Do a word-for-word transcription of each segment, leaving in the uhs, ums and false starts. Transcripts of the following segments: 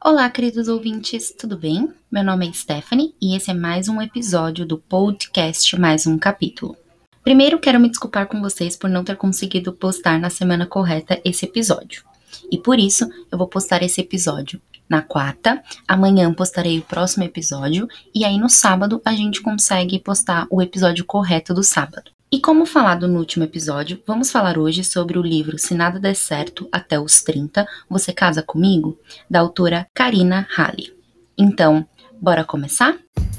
Olá, queridos ouvintes, tudo bem? Meu nome é Stephanie e esse é mais um episódio do podcast Mais um Capítulo. Primeiro, quero me desculpar com vocês por não ter conseguido postar na semana correta esse episódio. E por isso, eu vou postar esse episódio na quarta, amanhã postarei o próximo episódio e aí no sábado a gente consegue postar o episódio correto do sábado. E como falado no último episódio, vamos falar hoje sobre o livro Se Nada Der Certo Até os trinta, Você Casa Comigo? Da autora Karina Halle. Então, bora começar?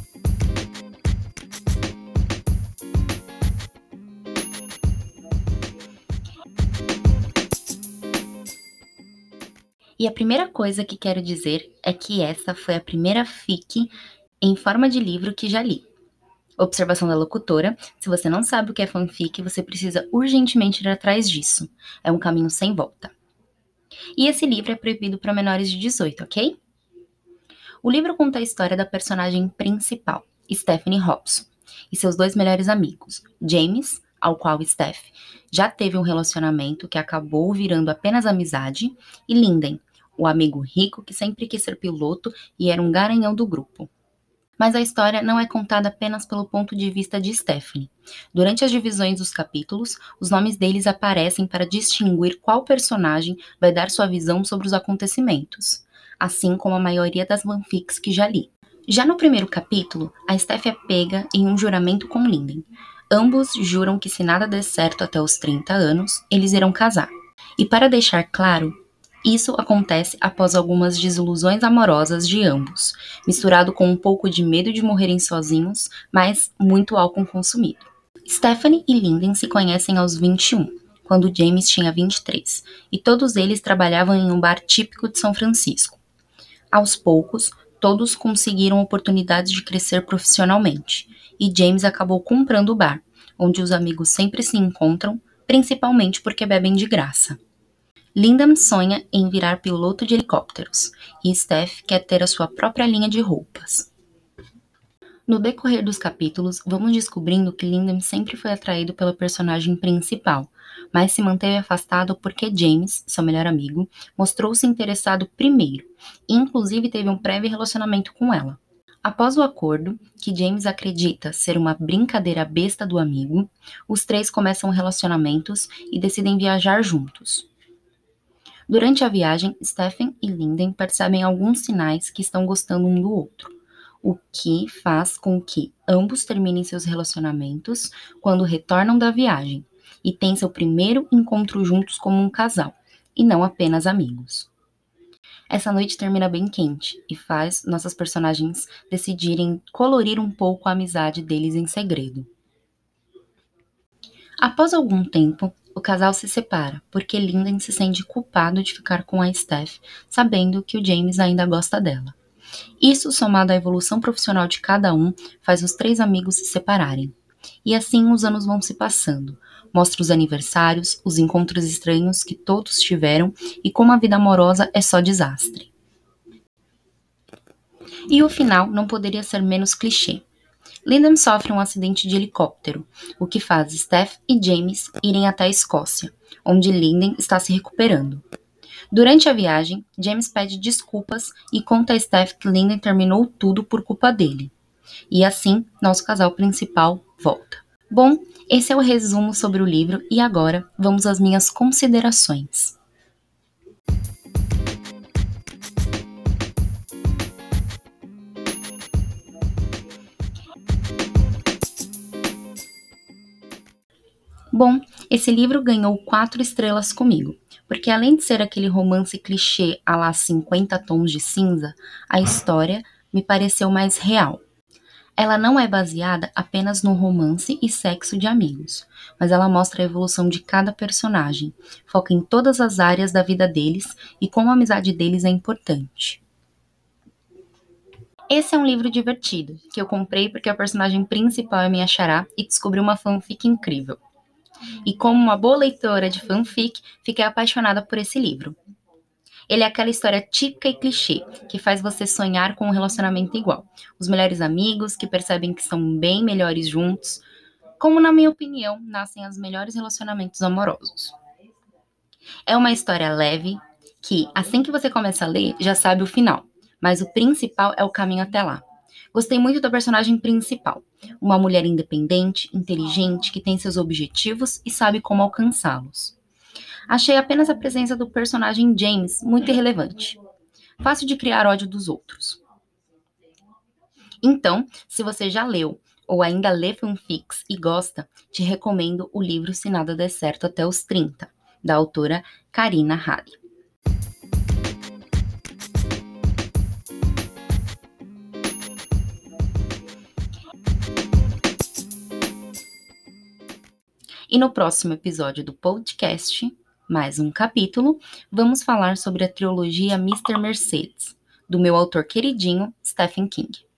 E a primeira coisa que quero dizer é que essa foi a primeira fic em forma de livro que já li. Observação da locutora: se você não sabe o que é fanfic, você precisa urgentemente ir atrás disso. É um caminho sem volta. E esse livro é proibido para menores de dezoito, ok? O livro conta a história da personagem principal, Stephanie Hobson, e seus dois melhores amigos, James, ao qual Steph já teve um relacionamento que acabou virando apenas amizade, e Linden, o amigo rico que sempre quis ser piloto e era um garanhão do grupo. Mas a história não é contada apenas pelo ponto de vista de Stephanie. Durante as divisões dos capítulos, os nomes deles aparecem para distinguir qual personagem vai dar sua visão sobre os acontecimentos, assim como a maioria das fanfics que já li. Já no primeiro capítulo, a Steph é pega em um juramento com Linden. Ambos juram que se nada der certo até os trinta anos, eles irão casar. E para deixar claro, isso acontece após algumas desilusões amorosas de ambos, misturado com um pouco de medo de morrerem sozinhos, mas muito álcool consumido. Stephanie e Linden se conhecem aos vinte e um, quando James tinha vinte e três, e todos eles trabalhavam em um bar típico de São Francisco. Aos poucos, todos conseguiram oportunidades de crescer profissionalmente, e James acabou comprando o bar, onde os amigos sempre se encontram, principalmente porque bebem de graça. Linden sonha em virar piloto de helicópteros, e Steph quer ter a sua própria linha de roupas. No decorrer dos capítulos, vamos descobrindo que Linden sempre foi atraído pela personagem principal, mas se manteve afastado porque James, seu melhor amigo, mostrou-se interessado primeiro, e inclusive teve um prévio relacionamento com ela. Após o acordo, que James acredita ser uma brincadeira besta do amigo, os três começam relacionamentos e decidem viajar juntos. Durante a viagem, Stephen e Linden percebem alguns sinais que estão gostando um do outro, o que faz com que ambos terminem seus relacionamentos quando retornam da viagem e têm seu primeiro encontro juntos como um casal, e não apenas amigos. Essa noite termina bem quente e faz nossas personagens decidirem colorir um pouco a amizade deles em segredo. Após algum tempo, o casal se separa, porque Linden se sente culpado de ficar com a Steph, sabendo que o James ainda gosta dela. Isso, somado à evolução profissional de cada um, faz os três amigos se separarem. E assim os anos vão se passando. Mostra os aniversários, os encontros estranhos que todos tiveram e como a vida amorosa é só desastre. E o final não poderia ser menos clichê. Linden sofre um acidente de helicóptero, o que faz Steph e James irem até a Escócia, onde Linden está se recuperando. Durante a viagem, James pede desculpas e conta a Steph que Linden terminou tudo por culpa dele. E assim, nosso casal principal volta. Bom, esse é o resumo sobre o livro e agora vamos às minhas considerações. Bom, esse livro ganhou quatro estrelas comigo, porque além de ser aquele romance clichê à lá cinquenta tons de cinza, a história me pareceu mais real. Ela não é baseada apenas no romance e sexo de amigos, mas ela mostra a evolução de cada personagem, foca em todas as áreas da vida deles e como a amizade deles é importante. Esse é um livro divertido, que eu comprei porque a personagem principal é minha xará e descobri uma fanfic incrível. E como uma boa leitora de fanfic, fiquei apaixonada por esse livro. Ele é aquela história típica e clichê, que faz você sonhar com um relacionamento igual. Os melhores amigos, que percebem que são bem melhores juntos. Como, na minha opinião, nascem os melhores relacionamentos amorosos. É uma história leve, que, assim que você começa a ler, já sabe o final. mas o principal é o caminho até lá. Gostei muito da personagem principal, uma mulher independente, inteligente, que tem seus objetivos e sabe como alcançá-los. Achei apenas a presença do personagem James muito irrelevante. Fácil de criar ódio dos outros. Então, se você já leu ou ainda lê fanfics e gosta, te recomendo o livro Se Nada Der Certo Até os trinta, da autora Karina Halley. E no próximo episódio do podcast, mais um capítulo, vamos falar sobre a trilogia mister Mercedes, do meu autor queridinho, Stephen King.